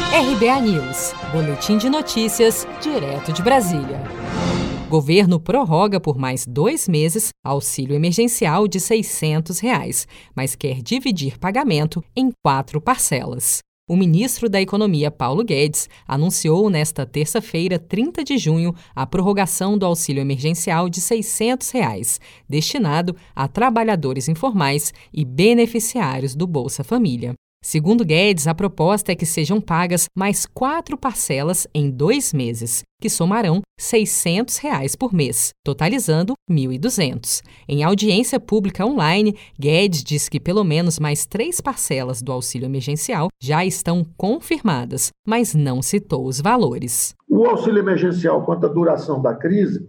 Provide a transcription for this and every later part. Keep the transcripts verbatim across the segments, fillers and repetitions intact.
R B A News, boletim de notícias, direto de Brasília. Governo prorroga por mais dois meses auxílio emergencial de seiscentos reais, mas quer dividir pagamento em quatro parcelas. O ministro da Economia, Paulo Guedes, anunciou nesta terça-feira, trinta de junho, a prorrogação do auxílio emergencial de seiscentos reais, destinado a trabalhadores informais e beneficiários do Bolsa Família. Segundo Guedes, a proposta é que sejam pagas mais quatro parcelas em dois meses, que somarão seiscentos reais por mês, totalizando mil e duzentos. Em audiência pública online, Guedes disse que pelo menos mais três parcelas do auxílio emergencial já estão confirmadas, mas não citou os valores. O auxílio emergencial, quanto à duração da crise,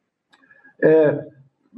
é...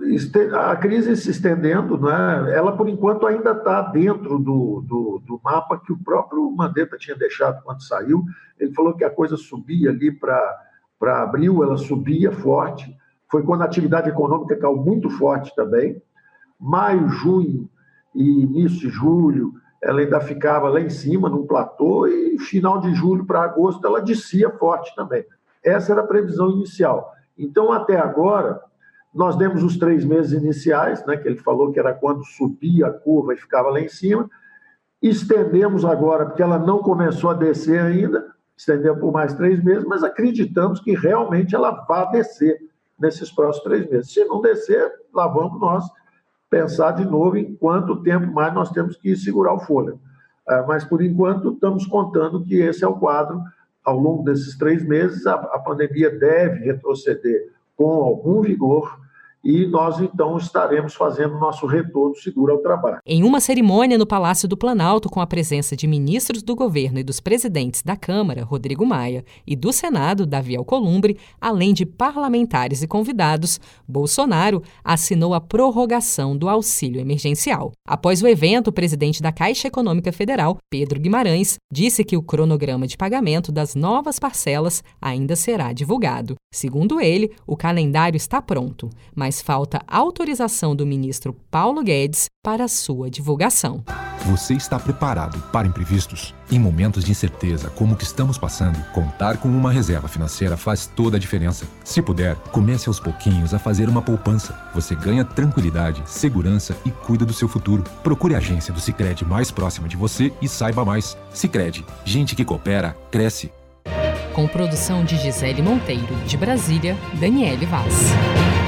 a crise se estendendo, né? Ela, por enquanto, ainda está dentro do, do, do mapa que o próprio Mandetta tinha deixado quando saiu. Ele falou que a coisa subia ali para abril, ela subia forte. Foi quando a atividade econômica caiu muito forte também. Maio, junho e início de julho, ela ainda ficava lá em cima, num platô, e final de julho para agosto ela descia forte também. Essa era a previsão inicial. Então, até agora... nós demos os três meses iniciais, né, que ele falou que era quando subia a curva e ficava lá em cima. Estendemos agora, porque ela não começou a descer ainda, estendemos por mais três meses, mas acreditamos que realmente ela vai descer nesses próximos três meses. Se não descer, lá vamos nós pensar de novo em quanto tempo mais nós temos que segurar o fôlego. Mas, por enquanto, estamos contando que esse é o quadro. Ao longo desses três meses, a, a pandemia deve retroceder com algum vigor, e nós, então, estaremos fazendo nosso retorno seguro ao trabalho. Em uma cerimônia no Palácio do Planalto, com a presença de ministros do governo e dos presidentes da Câmara, Rodrigo Maia, e do Senado, Davi Alcolumbre, além de parlamentares e convidados, Bolsonaro assinou a prorrogação do auxílio emergencial. Após o evento, o presidente da Caixa Econômica Federal, Pedro Guimarães, disse que o cronograma de pagamento das novas parcelas ainda será divulgado. Segundo ele, o calendário está pronto, mas mas falta autorização do ministro Paulo Guedes para sua divulgação. Você está preparado para imprevistos? Em momentos de incerteza como o que estamos passando, contar com uma reserva financeira faz toda a diferença. Se puder, comece aos pouquinhos a fazer uma poupança. Você ganha tranquilidade, segurança e cuida do seu futuro. Procure a agência do Sicredi mais próxima de você e saiba mais. Sicredi, gente que coopera, cresce. Com produção de Gisele Monteiro, de Brasília, Daniele Vaz.